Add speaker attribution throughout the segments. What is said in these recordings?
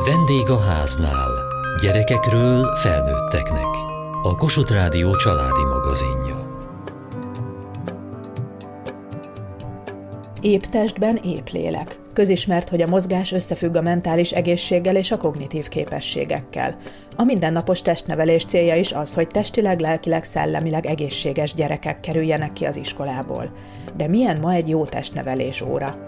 Speaker 1: Vendég a háznál. Gyerekekről felnőtteknek. A Kossuth Rádió családi magazinja.
Speaker 2: Épp testben, épp lélek. Közismert, hogy a mozgás összefügg a mentális egészséggel és a kognitív képességekkel. A mindennapos testnevelés célja is az, hogy testileg, lelkileg, szellemileg egészséges gyerekek kerüljenek ki az iskolából. De milyen ma egy jó testnevelés óra?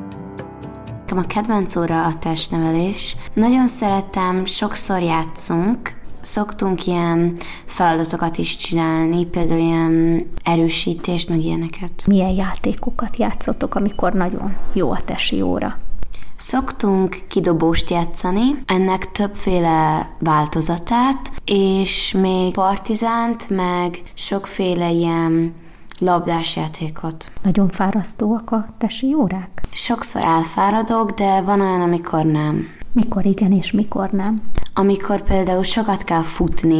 Speaker 3: A kedvenc óra a testnevelés. Nagyon szeretem, sokszor játszunk, szoktunk ilyen feladatokat is csinálni, például ilyen erősítést, meg ilyeneket.
Speaker 4: Milyen játékokat játszotok, amikor nagyon jó a tesi óra?
Speaker 3: Szoktunk kidobóst játszani, ennek többféle változatát, és még partizánt, meg sokféle ilyen labdás játékot.
Speaker 4: Nagyon fárasztóak a tesi órák?
Speaker 3: Sokszor elfáradok, de van olyan, amikor nem.
Speaker 4: Mikor igen és mikor nem?
Speaker 3: Amikor például sokat kell futni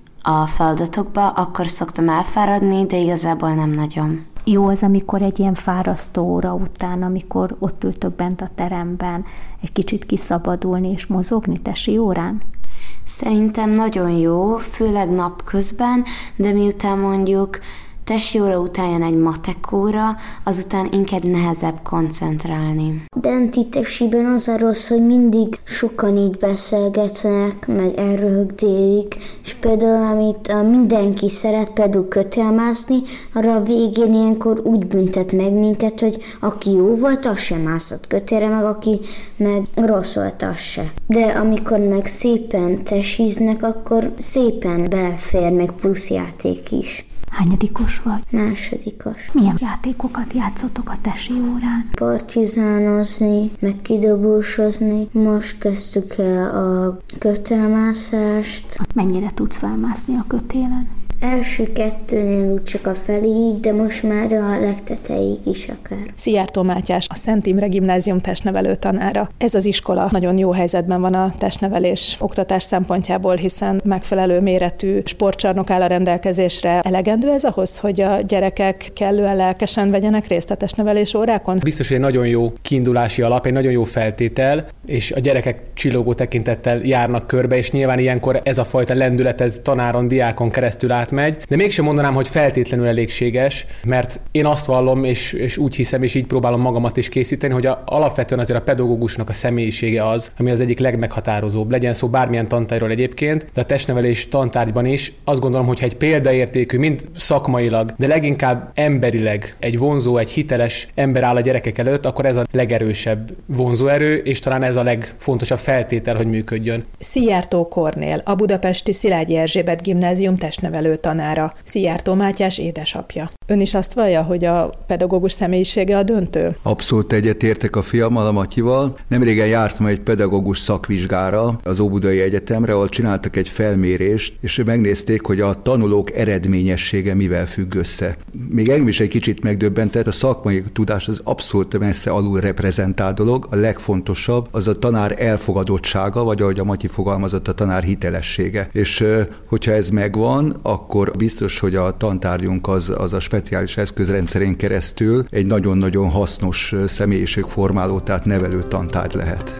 Speaker 3: a feladatokba, akkor szoktam elfáradni, de igazából nem nagyon.
Speaker 4: Jó az, amikor egy ilyen fárasztó óra után, amikor ott ültök bent a teremben, egy kicsit kiszabadulni és mozogni tesi órán?
Speaker 3: Szerintem nagyon jó, főleg napközben, de miután mondjuk tesi óra után jön egy matek óra, azután inkább nehezebb koncentrálni.
Speaker 5: Benti tesiben az a rossz, hogy mindig sokan így beszélgetnek, meg elröhögdélik, és például amit mindenki szeret, például kötélmászni, arra a végén ilyenkor úgy büntet meg minket, hogy aki jó volt, az sem mászott kötélre, meg aki meg rossz volt, az se. De amikor meg szépen tesiznek, akkor szépen belefér még plusz játék is.
Speaker 4: Hányadikos vagy?
Speaker 5: Másodikos.
Speaker 4: Milyen játékokat játszotok a tesi órán?
Speaker 5: Partizánozni, meg kidobósozni. Most kezdtük el a kötélmászást.
Speaker 4: Mennyire tudsz felmászni a kötélen?
Speaker 5: Első kettőnél úgy csak a feléig, de most már a legtetejéig is akár.
Speaker 2: Szijjártó Mátyás, a Szent Imre Gimnázium testnevelő tanára. Ez az iskola nagyon jó helyzetben van a testnevelés oktatás szempontjából, hiszen megfelelő méretű sportcsarnok áll a rendelkezésre. Elegendő ez ahhoz, hogy a gyerekek kellően lelkesen vegyenek részt a testnevelés órákon?
Speaker 6: Biztos, hogy egy nagyon jó kiindulási alap, egy nagyon jó feltétel, és a gyerekek csillogó tekintettel járnak körbe, és nyilván ilyenkor ez a fajta lendület, ez tanáron, diákon keresztül átmegy, de mégsem mondanám, hogy feltétlenül elégséges, mert én azt vallom, és úgy hiszem, és így próbálom magamat is készíteni, hogy alapvetően azért a pedagógusnak a személyisége az, ami az egyik legmeghatározóbb. Legyen szó bármilyen tantárgyról egyébként, de a testnevelés tantárgyban is azt gondolom, hogy egy példaértékű, mind szakmailag, de leginkább emberileg egy vonzó, egy hiteles ember áll a gyerekek előtt, akkor ez a legerősebb vonzóerő, és talán ez a legfontosabb feltétel, hogy működjön.
Speaker 2: Szijjártó Kornél, a budapesti Szilágyi Erzsébet Gimnázium testnevelő tanára, Szijjártó Mátyás édesapja. Ön is azt vallja, hogy a pedagógus személyisége a döntő?
Speaker 7: Abszolút egyetértek a fiammal, a Matyival. Nemrégen jártam egy pedagógus szakvizsgára az Óbudai Egyetemre, ahol csináltak egy felmérést, és megnézték, hogy a tanulók eredményessége mivel függ össze. Még engem is egy kicsit megdöbbentett, a szakmai tudás az abszolút messze alul reprezentált dolog, a legfontosabb az a tanár elfogadottsága, vagy ahogy a Matyi fogalmazott, a tanár hitelessége. És hogyha ez megvan, akkor biztos, hogy a tantárgyunk az a speciális eszközrendszerén keresztül egy nagyon-nagyon hasznos személyiségformáló, tehát nevelő tantárgy lehet.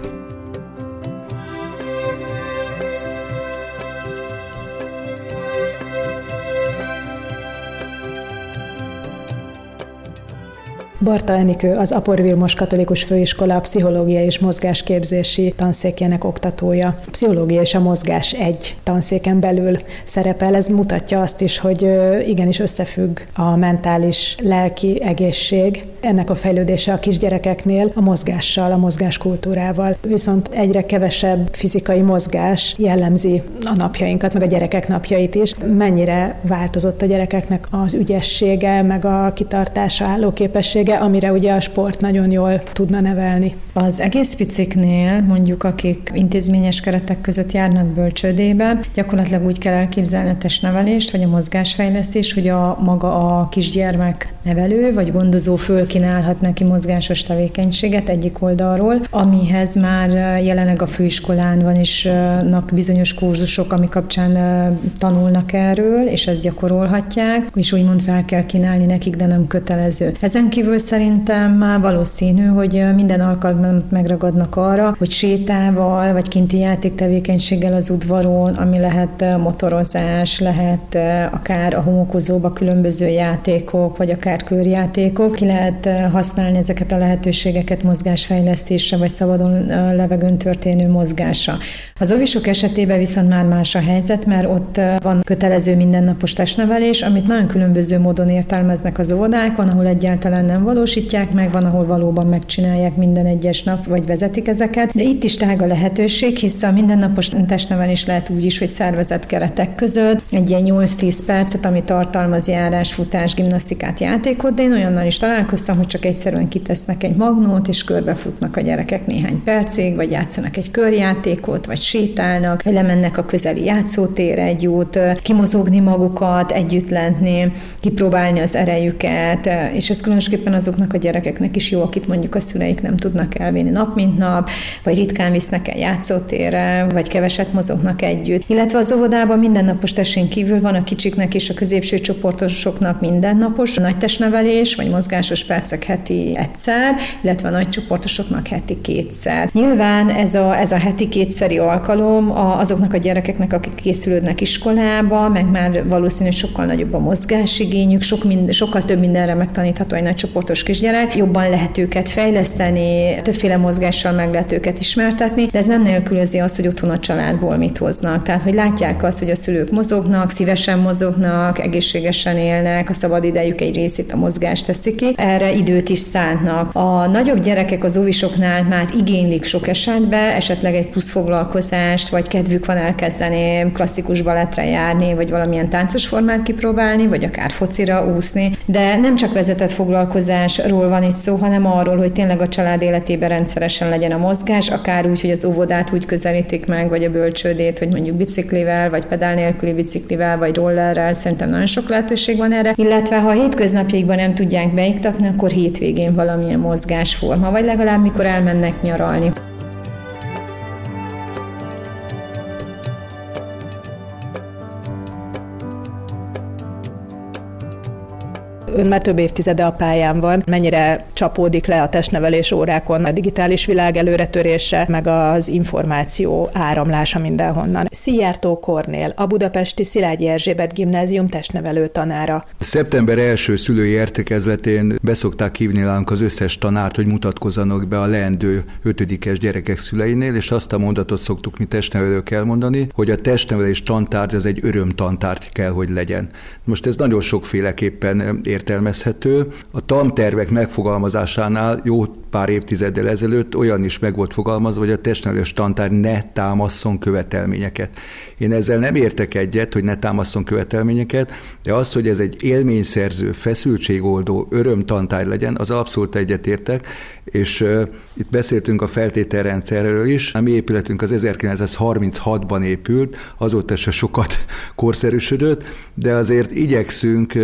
Speaker 2: Barta Enikő, az Apor Vilmos Katolikus Főiskola pszichológia és mozgásképzési tanszékének oktatója. A pszichológia és a mozgás egy tanszéken belül szerepel. Ez mutatja azt is, hogy igenis összefügg a mentális, lelki egészség, ennek a fejlődése a kisgyerekeknél a mozgással, a mozgáskultúrával. Viszont egyre kevesebb fizikai mozgás jellemzi a napjainkat, meg a gyerekek napjait is. Mennyire változott a gyerekeknek az ügyessége, meg a kitartása, állóképessége, amire ugye a sport nagyon jól tudna nevelni.
Speaker 8: Az egész piciknél, mondjuk akik intézményes keretek között járnak bölcsődébe, gyakorlatilag úgy kell elképzelni a testnevelést, vagy a mozgásfejlesztés, hogy a maga a kisgyermek nevelő, vagy gondozó fölkínálhat neki mozgásos tevékenységet egyik oldalról, amihez már jelenleg a főiskolán van is bizonyos kurzusok, ami kapcsán tanulnak erről, és ezt gyakorolhatják, és úgymond fel kell kínálni nekik, de nem kötelező. Ezen kívül szerintem már valószínű, hogy minden alkalmat megragadnak arra, hogy sétával, vagy kinti játéktevékenységgel az udvaron, ami lehet motorozás, lehet akár a homokozóba különböző játékok, vagy akár körjátékok. Ki lehet használni ezeket a lehetőségeket mozgásfejlesztésre, vagy szabadon levegőn történő mozgásra. Az óvisok esetében viszont már más a helyzet, mert ott van kötelező mindennapos testnevelés, amit nagyon különböző módon értelmeznek az óvodákon, ahol egyáltalán nem valósítják meg, van, ahol valóban megcsinálják minden egyes nap, vagy vezetik ezeket. De itt is tág a lehetőség, hisz a mindennapos testnevelés lehet úgy is, hogy szervezett keretek között egy ilyen 8-10 percet, ami tartalmaz járás, futás, gimnasztikát, játékot, de én olyannal is találkoztam, hogy csak egyszerűen kitesznek egy magnót, és körbefutnak a gyerekek néhány percig, vagy játszanak egy körjátékot, vagy sétálnak, vagy lemennek a közeli játszótérre egy jót, kimozogni magukat, együtt lenni, kipróbálni az erejüket, és ez különösképpen azoknak a gyerekeknek is jó, akit mondjuk a szüleik nem tudnak elvinni nap mint nap, vagy ritkán visznek el játszótérre, vagy keveset mozognak együtt. Illetve az óvodában mindennapos testén kívül van a kicsiknek és a középső csoportosoknak mindennapos nagy testnevelés, vagy mozgásos percek heti egyszer, illetve a nagy csoportosoknak heti kétszer. Nyilván ez a heti kétszeri alkalom azoknak a gyerekeknek, akik készülődnek iskolába, meg már valószínű, hogy sokkal nagyobb a mozgásigényük, sokkal több mindenre megtanítható egy nagy csoportos kisgyerek, jobban lehet őket fejleszteni, többféle mozgással meg lehet őket ismertetni, de ez nem nélkülözi azt, hogy otthon a családból mit hoznak. Tehát, hogy látják azt, hogy a szülők mozognak, szívesen mozognak, egészségesen élnek, a szabad idejük egy részét a mozgást teszik ki, erre időt is szánnak. A nagyobb gyerekek az óvisoknál már igénylik sok esetben, esetleg egy plusz foglalkozást, vagy kedvük van elkezdeni klasszikus balettre járni, vagy valamilyen táncos formát kipróbálni, vagy akár focira úszni, de nem csak vezetett foglalkozásról van itt szó, hanem arról, hogy tényleg a család életében rendszeresen legyen a mozgás, akár úgy, hogy az óvodát úgy közelítik meg, vagy a bölcsődét, hogy mondjuk biciklivel, vagy pedál nélküli biciklivel, vagy rollerrel, szerintem nagyon sok lehetőség van erre, illetve ha hétköznapjaikban nem tudják beiktatni, akkor hétvégén valamilyen mozgásforma, vagy legalább mikor elmennek nyaralni.
Speaker 2: Ön már több évtizede a pályán van. Mennyire csapódik le a testnevelés órákon a digitális világ előretörése, meg az információ áramlása mindenhonnan? Szijjártó Kornél, a budapesti Szilágyi Erzsébet Gimnázium testnevelő tanára.
Speaker 7: Szeptember első szülői értekezletén beszokták hívni nálunk az összes tanárt, hogy mutatkozzanak be a leendő 5-es gyerekek szüleinél, és azt a mondatot szoktuk mi testnevelők elmondani, hogy a testnevelés tantárgy az egy örömtantárgy kell, hogy legyen. Most ez nagyon sokféleképpen értelmezhető. A tantervek megfogalmazásánál jó pár évtizeddel ezelőtt olyan is meg volt fogalmazva, hogy a testnevelés tantárgy ne támasszon követelményeket. Én ezzel nem értek egyet, hogy ne támasszon követelményeket, de az, hogy ez egy élményszerző, feszültségoldó, örömtantárgy legyen, az abszolút egyetértek, és itt beszéltünk a feltételrendszerről is. A mi épületünk az 1936-ban épült, azóta se sokat korszerűsödött, de azért igyekszünk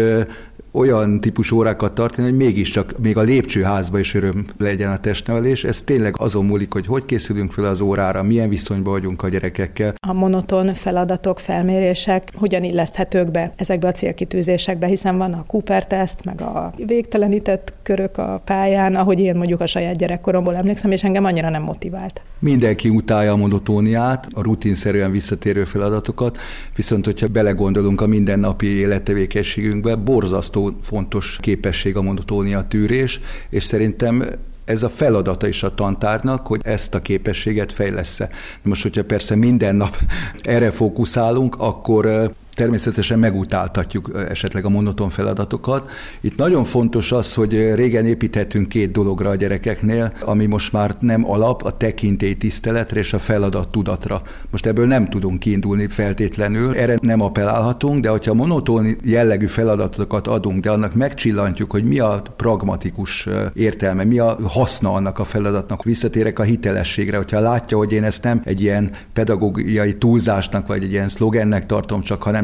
Speaker 7: olyan típusú órákat tartani, hogy mégiscsak még a lépcsőházba is öröm legyen a testnevelés. Ez tényleg azon múlik, hogy készülünk fel az órára, milyen viszonyban vagyunk a gyerekekkel.
Speaker 2: A monoton feladatok, felmérések hogyan illeszthetők be ezekbe a célkitűzésekbe, hiszen van a Cooper-teszt, meg a végtelenített körök a pályán, ahogy én mondjuk a saját gyerekkoromból emlékszem, és engem annyira nem motivált.
Speaker 7: Mindenki utálja a monotóniát, a rutinszerűen visszatérő feladatokat, viszont hogyha belegondolunk a mindennapi élettevékenységünkbe, borzasztó fontos képesség a monotónia tűrés, és szerintem ez a feladata is a tantárnak, hogy ezt a képességet fejlessze. Most, hogyha persze minden nap erre fókuszálunk, akkor természetesen megutáltatjuk esetleg a monoton feladatokat. Itt nagyon fontos az, hogy régen építhetünk 2 dologra a gyerekeknél, ami most már nem alap, a tekintélytiszteletre és a feladat tudatra. Most ebből nem tudunk kiindulni feltétlenül, erre nem appellálhatunk, de hogyha monoton jellegű feladatokat adunk, de annak megcsillantjuk, hogy mi a pragmatikus értelme, mi a haszna annak a feladatnak. Visszatérek a hitelességre, hogyha látja, hogy én ezt nem egy ilyen pedagógiai túlzásnak, vagy egy ilyen szlogennek tartom csak, hanem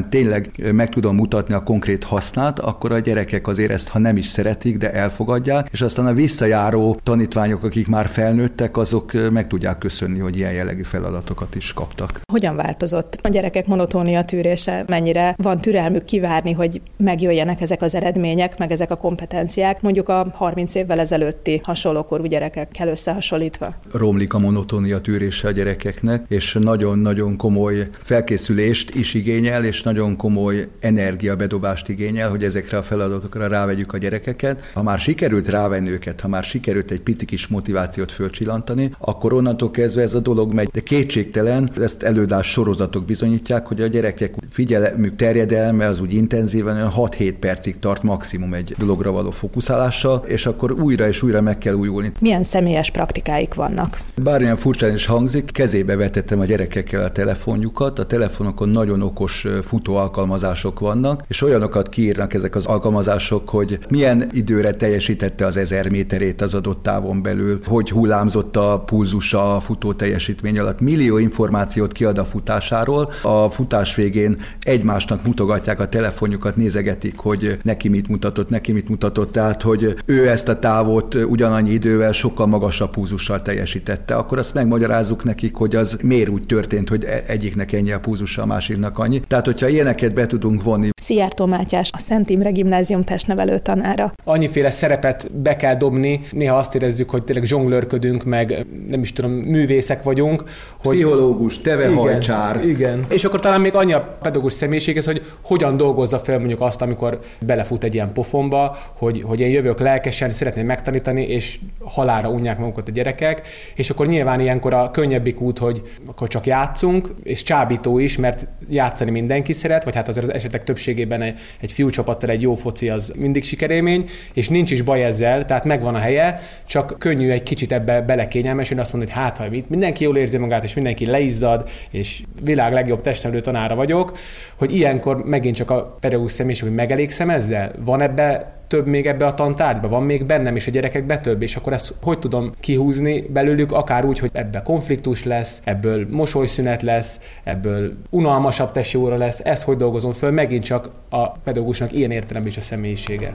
Speaker 7: hanem tényleg meg tudom mutatni a konkrét hasznát, akkor a gyerekek azért ezt, ha nem is szeretik, de elfogadják, és aztán a visszajáró tanítványok, akik már felnőttek, azok meg tudják köszönni, hogy ilyen jellegű feladatokat is kaptak.
Speaker 2: Hogyan változott a gyerekek monotónia tűrése? Mennyire van türelmük kivárni, hogy megjöjjenek ezek az eredmények, meg ezek a kompetenciák, mondjuk a 30 évvel ezelőtti hasonlókorú gyerekekkel összehasonlítva?
Speaker 7: Romlik a monotónia tűrése a gyerekeknek, és nagyon-nagyon komoly felkészülést is igényel, és nagyon komoly energiabedobást igényel, hogy ezekre a feladatokra rávegyük a gyerekeket. Ha már sikerült rávenni őket, ha már sikerült egy pici kis motivációt fölcsillantani, akkor onnantól kezdve ez a dolog megy. De kétségtelen, ezt elődás sorozatok bizonyítják, hogy a gyerekek figyelmük terjedelme az úgy intenzíven, olyan 6-7 percig tart maximum egy dologra való fókuszálással, és akkor újra és újra meg kell újulni.
Speaker 2: Milyen személyes praktikáik vannak?
Speaker 7: Bármilyen furcsán is hangzik, kezébe vetettem a gyerekekkel a telefonjukat, a telefonokon nagyon okos futó alkalmazások vannak, és olyanokat kiírnak ezek az alkalmazások, hogy milyen időre teljesítette az 1000 méterét az adott távon belül, hogy hullámzott a pulzusa a futó teljesítmény alatt. Millió információt kiad a futásáról, a futás végén egymásnak mutogatják a telefonjukat, nézegetik, hogy neki mit mutatott, tehát hogy ő ezt a távot ugyanannyi idővel sokkal magasabb pulzussal teljesítette. Akkor azt megmagyarázzuk nekik, hogy az miért úgy történt, hogy egyiknek ennyi a pulzusa, a másiknak annyi. Tehát, hogyha ilyeneket be tudunk vonni.
Speaker 2: Szijjártó Mátyás, a Szent Imre Gimnázium testnevelő tanára.
Speaker 6: Annyiféle szerepet be kell dobni, néha azt érezzük, hogy tényleg zsonglőrködünk, meg nem is tudom, művészek vagyunk. Hogy
Speaker 7: pszichológus, tevehajcsár.
Speaker 6: Igen. És akkor talán még annyi a pedagógus személyiséghez, hogy hogyan dolgozza fel mondjuk azt, amikor belefut egy ilyen pofonba, hogy én jövök lelkesen, szeretném megtanítani, és halálra unják magukat a gyerekek, és akkor nyilván ilyenkor a könnyebbik út, hogy akkor csak játszunk, és csábító is, mert játszani mindenki szeret, vagy hát azért az esetek többségében egy fiúcsapattal egy jó foci az mindig sikerélmény, és nincs is baj ezzel, tehát megvan a helye, csak könnyű egy kicsit ebbe belekényelmesülni, azt mondani, hogy hát ha mindenki jól érzi magát, és mindenki leizzad, és világ legjobb testnevelő tanára vagyok, hogy ilyenkor megint csak a pedagógus személyiség, hogy megelégszem ezzel? Van ebbe több még ebbe a tantárgyba, van még bennem és a gyerekekbe több, és akkor ezt hogy tudom kihúzni belőlük, akár úgy, hogy ebbe konfliktus lesz, ebből mosolyszünet lesz, ebből unalmasabb testi óra lesz, ezt hogy dolgozom föl, megint csak a pedagógusnak ilyen értelemben is a személyisége.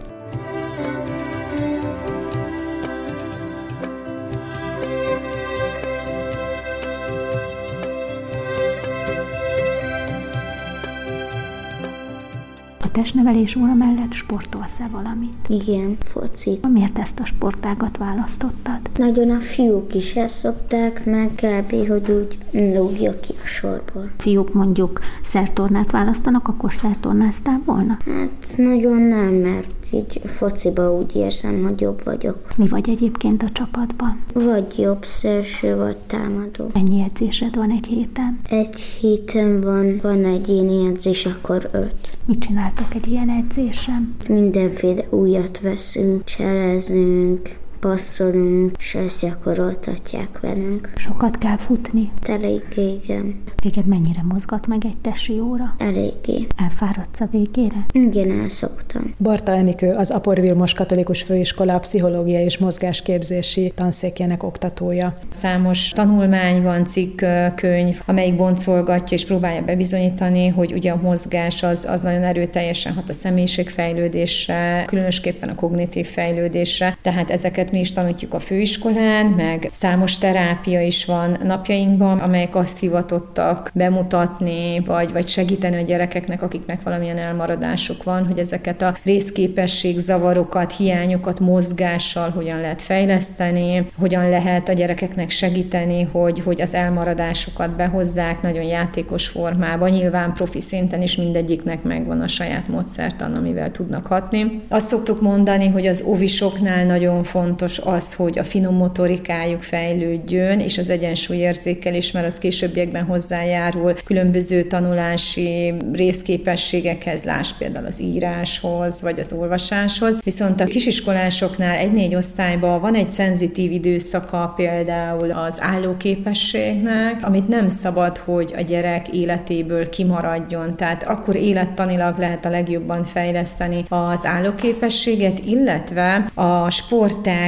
Speaker 4: A testnevelés óra mellett sportolsz-e valamit?
Speaker 5: Igen, focit.
Speaker 4: Miért ezt a sportágat választottad?
Speaker 5: Nagyon a fiúk is ezt szokták, meg kb. Hogy úgy lógja ki a sorból.
Speaker 4: Fiúk mondjuk szertornát választanak, akkor szertornáztál volna?
Speaker 5: Hát nagyon nem, mert így fociba úgy érzem, hogy jobb vagyok.
Speaker 4: Mi vagy egyébként a csapatban?
Speaker 5: Vagy jobb szélső, vagy támadó.
Speaker 4: Ennyi edzésed van egy héten?
Speaker 5: Egy héten van egyéni edzés, akkor 5.
Speaker 4: Mit csináltok egy ilyen edzésen?
Speaker 5: Mindenféle újat veszünk, cselezünk, passzolunk, és ezt gyakoroltatják velünk.
Speaker 4: Sokat kell futni?
Speaker 5: Eléggé, igen.
Speaker 4: Téged mennyire mozgat meg egy tesi óra?
Speaker 5: Eléggé.
Speaker 4: Elfáradsz a végére?
Speaker 5: Igen, elszoktam.
Speaker 2: Barta Enikő, az Apor Vilmos Katolikus Főiskola pszichológiai és mozgásképzési tanszékének oktatója.
Speaker 8: Számos tanulmány van, cikk, könyv, amelyik boncolgatja és próbálja bebizonyítani, hogy ugye a mozgás az nagyon erőteljesen hat a személyiségfejlődésre, különösképpen a kognitív fejlődésre, tehát ezeket mi is tanítjuk a főiskolán, meg számos terápia is van napjainkban, amelyek azt hivatottak bemutatni, vagy segíteni a gyerekeknek, akiknek valamilyen elmaradásuk van, hogy ezeket a részképesség zavarokat, hiányokat mozgással hogyan lehet fejleszteni, hogyan lehet a gyerekeknek segíteni, hogy az elmaradásokat behozzák nagyon játékos formában, nyilván profi szinten is mindegyiknek megvan a saját módszertan, amivel tudnak hatni. Azt szoktuk mondani, hogy az óvisoknál nagyon fontos az, hogy a finom motorikájuk fejlődjön, és az egyensúlyérzékelés, mert az későbbiekben hozzájárul különböző tanulási részképességekhez, láss például az íráshoz, vagy az olvasáshoz. Viszont a kisiskolásoknál 1-4 osztályban van egy szenzitív időszaka például az állóképességnek, amit nem szabad, hogy a gyerek életéből kimaradjon. Tehát akkor élettanilag lehet a legjobban fejleszteni az állóképességet, illetve a sportág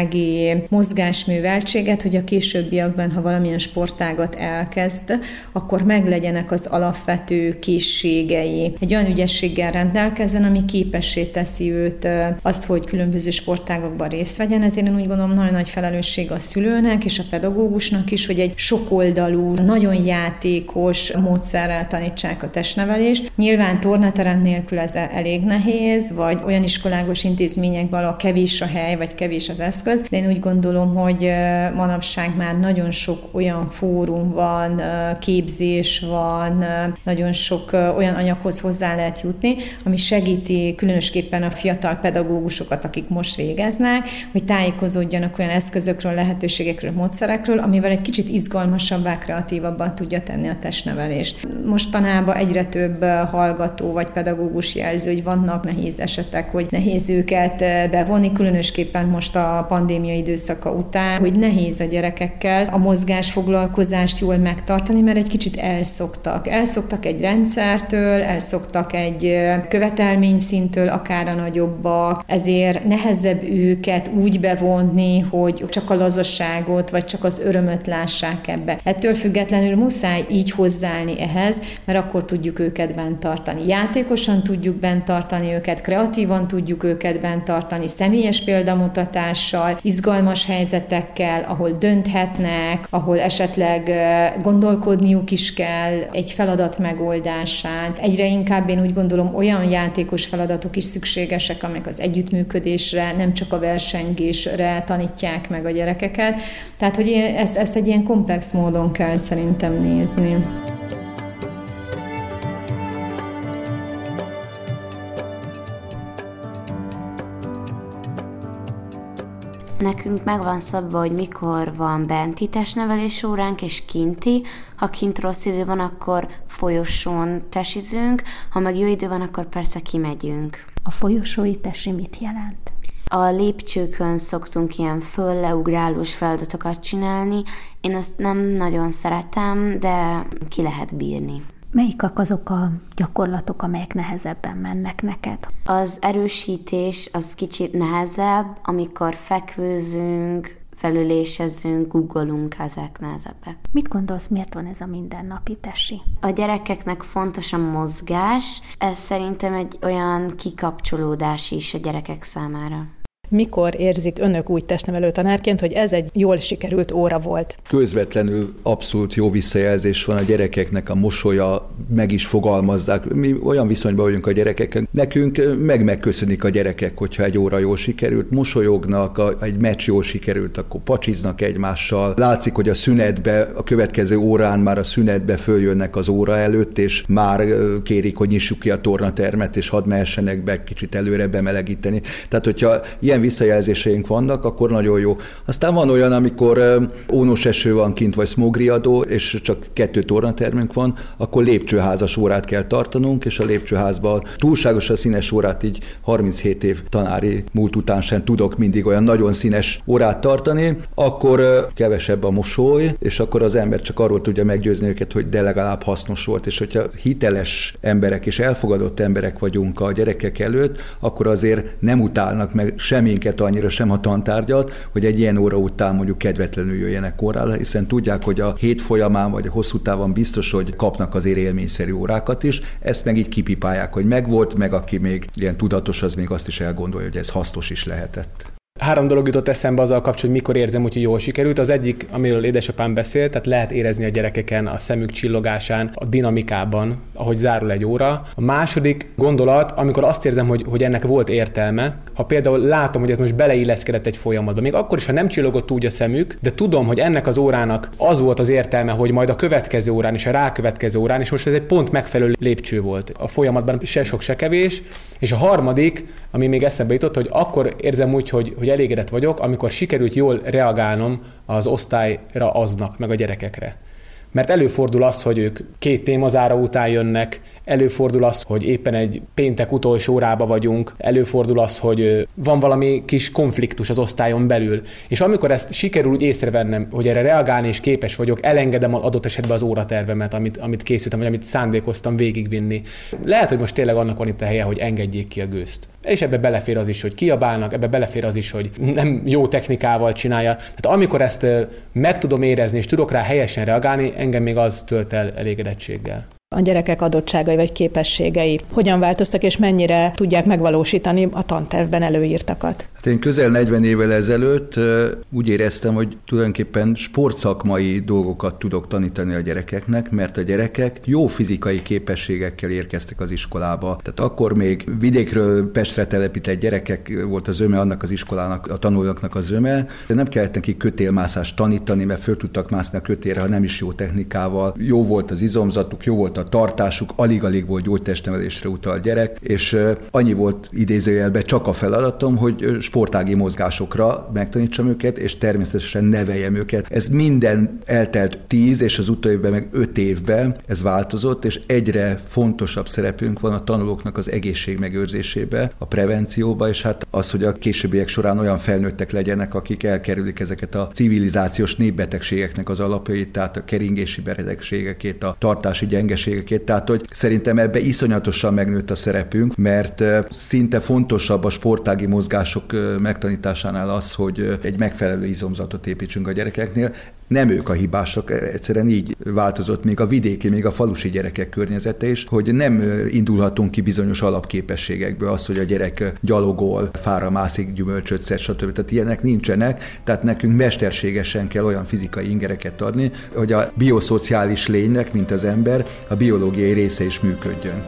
Speaker 8: ifjúsági mozgásműveltséget, hogy a későbbiakban, ha valamilyen sportágat elkezd, akkor meglegyenek az alapvető készségei. Egy olyan ügyességgel rendelkezzen, ami képessé teszi őt azt, hogy különböző sportágakban részt vegyen. Ezért én úgy gondolom, nagyon nagy felelősség a szülőnek és a pedagógusnak is, hogy egy sokoldalú, nagyon játékos módszerrel tanítsák a testnevelést. Nyilván tornaterem nélkül ez elég nehéz, vagy olyan iskolágos intézményekben, ahol kevés a hely, vagy kevés az eszköz, de én úgy gondolom, hogy manapság már nagyon sok olyan fórum van, képzés van, nagyon sok olyan anyaghoz hozzá lehet jutni, ami segíti különösképpen a fiatal pedagógusokat, akik most végeznek, hogy tájékozódjanak olyan eszközökről, lehetőségekről, módszerekről, amivel egy kicsit izgalmasabbá, kreatívabbá tudja tenni a testnevelést. Mostanában egyre több hallgató vagy pedagógus jelző, hogy vannak nehéz esetek, hogy nehéz őket bevonni, különösképpen most a pandémia időszaka után, hogy nehéz a gyerekekkel a mozgásfoglalkozást jól megtartani, mert egy kicsit elszoktak. Elszoktak egy rendszertől, elszoktak egy követelményszintől, akár a nagyobbak, ezért nehezebb őket úgy bevonni, hogy csak a lazasságot, vagy csak az örömöt lássák ebbe. Ettől függetlenül muszáj így hozzáállni ehhez, mert akkor tudjuk őket bent tartani. Játékosan tudjuk bent tartani őket, kreatívan tudjuk őket bent tartani, személyes példamutatással, izgalmas helyzetekkel, ahol dönthetnek, ahol esetleg gondolkodniuk is kell egy feladat megoldásán. Egyre inkább én úgy gondolom, olyan játékos feladatok is szükségesek, amelyek az együttműködésre, nem csak a versengésre tanítják meg a gyerekeket. Tehát, hogy ezt egy ilyen komplex módon kell szerintem nézni.
Speaker 3: Nekünk meg van szabva, hogy mikor van benti testnevelés óránk és kinti. Ha kint rossz idő van, akkor folyosón tesizünk, ha meg jó idő van, akkor persze kimegyünk.
Speaker 4: A folyosói tesi mit jelent?
Speaker 3: A lépcsőkön szoktunk ilyen fölleugrálós feladatokat csinálni. Én ezt nem nagyon szeretem, de ki lehet bírni.
Speaker 4: Melyik azok a gyakorlatok, amelyek nehezebben mennek neked?
Speaker 3: Az erősítés az kicsit nehezebb, amikor fekvőzünk, felülésezünk, googolunk, ezek nehezebbek.
Speaker 4: Mit gondolsz, miért van ez a mindennapi tesi?
Speaker 3: A gyerekeknek fontos a mozgás, ez szerintem egy olyan kikapcsolódás is a gyerekek számára.
Speaker 2: Mikor érzik önök úgy testnevelő tanárként, hogy ez egy jól sikerült óra volt?
Speaker 7: Közvetlenül abszolút jó visszajelzés van a gyerekeknek, a mosolya, meg is fogalmazzák. Mi olyan viszonyban vagyunk a gyerekekkel. Nekünk megköszönik a gyerekek, hogyha egy óra jól sikerült, mosolyognak, egy meccs jól sikerült, akkor pacsiznak egymással. Látszik, hogy a szünetbe, a következő órán már a szünetbe följönnek az óra előtt, és már kérik, hogy nyissuk ki a tornatermet, és hadd mehessenek be kicsit előre bemelegíteni. Tehát, hogyha ilyen visszajelzéseink vannak, akkor nagyon jó. Aztán van olyan, amikor ónos eső van kint, vagy szmogriadó, és csak 2 tornatermünk van, akkor lépcsőházas órát kell tartanunk, és a lépcsőházban túlságosan színes órát, így 37 év tanári múlt után sem tudok mindig olyan nagyon színes órát tartani, akkor kevesebb a mosoly, és akkor az ember csak arról tudja meggyőzni őket, hogy de legalább hasznos volt, és hogyha hiteles emberek és elfogadott emberek vagyunk a gyerekek előtt, akkor azért nem utálnak meg semminket annyira, sem a tantárgyat, hogy egy ilyen óra után mondjuk kedvetlenül jöjjenek órára, hiszen tudják, hogy a hét folyamán vagy a hosszú távon biztos, hogy kapnak azért élményszerű órákat is, ezt meg így kipipálják, hogy megvolt, meg aki még ilyen tudatos, az még azt is elgondolja, hogy ez hasznos is lehetett.
Speaker 6: 3 dolog jutott eszembe azzal kapcsolatban, hogy mikor érzem úgy, hogy jól sikerült. Az egyik, amiről édesapám beszélt, tehát lehet érezni a gyerekeken, a szemük csillogásán, a dinamikában, ahogy zárul egy óra. A második gondolat, amikor azt érzem, hogy ennek volt értelme, ha például látom, hogy ez most beleilleszkedett egy folyamatba, még akkor is, ha nem csillogott úgy a szemük, de tudom, hogy ennek az órának az volt az értelme, hogy majd a következő órán és a rákövetkező órán, és most ez egy pont megfelelő lépcső volt a folyamatban, se sok, se kevés. És a harmadik, ami még eszembe jutott, hogy akkor érzem úgy, hogy elégedett vagyok, amikor sikerült jól reagálnom az osztályra aznap, meg a gyerekekre. Mert előfordul az, hogy ők 2 témazára után jönnek, Előfordul az, hogy éppen egy péntek utolsó órába vagyunk, előfordul az, hogy van valami kis konfliktus az osztályon belül, és amikor ezt sikerül úgy észrevennem, hogy erre reagálni és képes vagyok, elengedem adott esetben az óratervemet, amit készültem, vagy amit szándékoztam végigvinni. Lehet, hogy most tényleg annak van itt a helye, hogy engedjék ki a gőzt. És ebbe belefér az is, hogy kiabálnak, ebbe belefér az is, hogy nem jó technikával csinálja. Tehát amikor ezt meg tudom érezni, és tudok rá helyesen reagálni, engem még az tölt el elégedettséggel.
Speaker 2: A gyerekek adottságai vagy képességei hogyan változtak, és mennyire tudják megvalósítani a tantervben előírtakat?
Speaker 7: Hát én közel 40 évvel ezelőtt úgy éreztem, hogy tulajdonképpen sportszakmai dolgokat tudok tanítani a gyerekeknek, mert a gyerekek jó fizikai képességekkel érkeztek az iskolába. Tehát akkor még vidékről Pestre telepített gyerekek volt az öme, annak az iskolának, a tanulóknak az öme, de nem kellett neki kötélmászást tanítani, mert föl tudtak mászni a kötélre, ha nem is jó technikával. Jó volt az izomzatuk, jó volt a tartásuk, alig-alig volt gyógytestnevelésre utalt gyerek, és annyi volt idézőjelben csak a feladatom, hogy sportági mozgásokra megtanítsam őket, és természetesen neveljem őket. Ez minden eltelt 10, és az utóévben meg 5 évben ez változott, és egyre fontosabb szerepünk van a tanulóknak az egészség megőrzésébe, a prevencióba, és hát az, hogy a későbbiek során olyan felnőttek legyenek, akik elkerülik ezeket a civilizációs népbetegségeknek az alapjait, tehát a keringési betegségeket, a tartási gyengeségeket, tehát hogy szerintem ebbe iszonyatosan megnőtt a szerepünk, mert szinte fontosabb a sportági mozgások megtanításánál az, hogy egy megfelelő izomzatot építsünk a gyerekeknél. Nem ők a hibások, egyszerűen így változott még a vidéki, még a falusi gyerekek környezete is, hogy nem indulhatunk ki bizonyos alapképességekből, az, hogy a gyerek gyalogol, fára mászik, gyümölcsöt szed, stb. Tehát ilyenek nincsenek, tehát nekünk mesterségesen kell olyan fizikai ingereket adni, hogy a bioszociális lénynek, mint az ember, a biológiai része is működjön.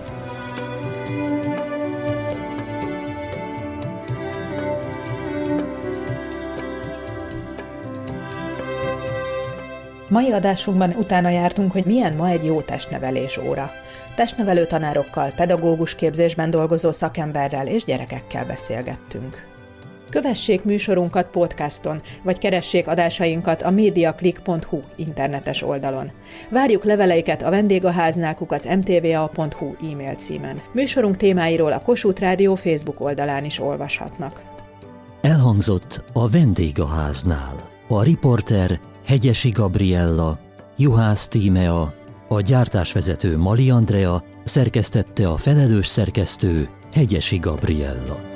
Speaker 2: Mai adásunkban utána jártunk, hogy milyen ma egy jó testnevelés óra. Testnevelő tanárokkal, pedagógus képzésben dolgozó szakemberrel és gyerekekkel beszélgettünk. Kövessék műsorunkat podcaston, vagy keressék adásainkat a mediaclick.hu internetes oldalon. Várjuk leveleiket a vendégháznál@mtva.hu e-mail címen. Műsorunk témáiról a Kossuth Rádió Facebook oldalán is olvashatnak.
Speaker 1: Elhangzott a Vendégháznál. A riporter Hegyesi Gabriella, Juhász Tímea, a gyártásvezető Mali Andrea, szerkesztette a felelős szerkesztő Hegyesi Gabriella.